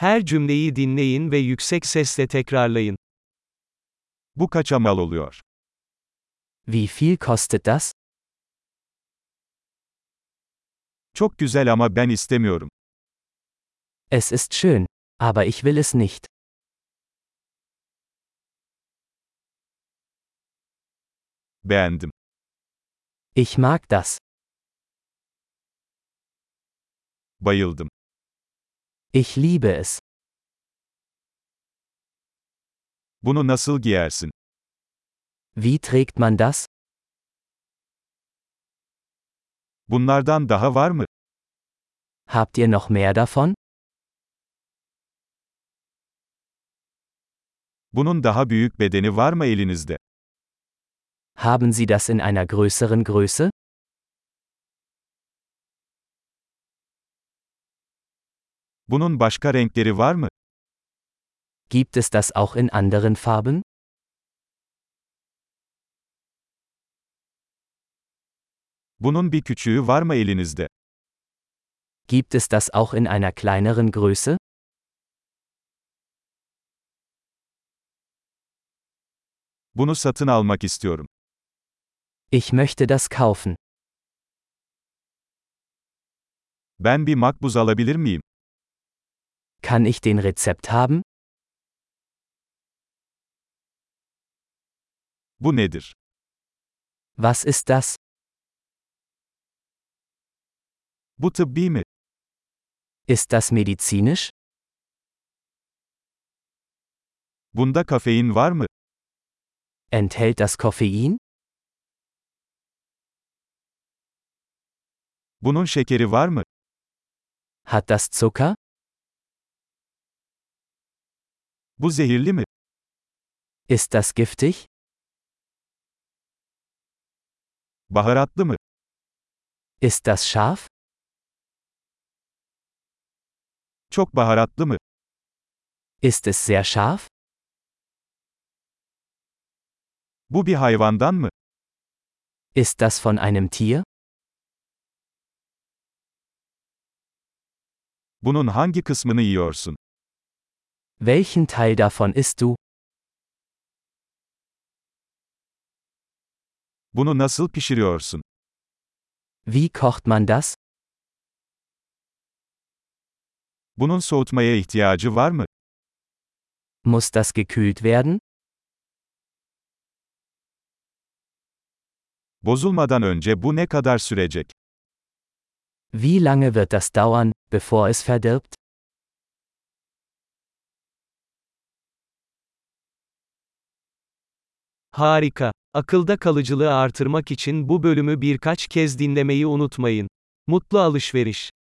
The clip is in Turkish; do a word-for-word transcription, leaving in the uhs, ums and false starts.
Her cümleyi dinleyin ve yüksek sesle tekrarlayın. Bu kaça mal oluyor? Wie viel kostet das? Çok güzel ama ben istemiyorum. Es ist schön, aber ich will es nicht. Beğendim. Ich mag das. Bayıldım. Ich liebe es. Bunu nasıl giyersin? Wie trägt man das? Bunlardan daha var mı? Habt ihr noch mehr davon? Bunun daha büyük bedeni var mı elinizde? Haben Sie das in einer größeren Größe? Bunun başka renkleri var mı? Gibt es das auch in anderen Farben? Bunun bir küçüğü var mı elinizde? Gibt es das auch in einer kleineren Größe? Bunu satın almak istiyorum. Ich möchte das kaufen. Ben bir makbuz alabilir miyim? Kann ich den Rezept haben? Bu nedir? Was ist das? Bu tıbbi mi? Ist das medizinisch? Bunda kafein var mı? Enthält das Koffein? Bunun şekeri var mı? Hat das Zucker? Bu zehirli mi? Ist das giftig? Baharatlı mı? Ist das scharf? Çok baharatlı mı? Ist es sehr scharf? Bu bir hayvandan mı? Ist das von einem Tier? Bunun hangi kısmını yiyorsun? Welchen Teil davon isst du? Bunu nasıl pişiriyorsun? Wie kocht man das? Bunun soğutmaya ihtiyacı var mı? Muss das gekühlt werden? Bozulmadan önce bu ne kadar sürecek? Wie lange wird das dauern, bevor es verdirbt? Harika. Akılda kalıcılığı artırmak için bu bölümü birkaç kez dinlemeyi unutmayın. Mutlu alışveriş.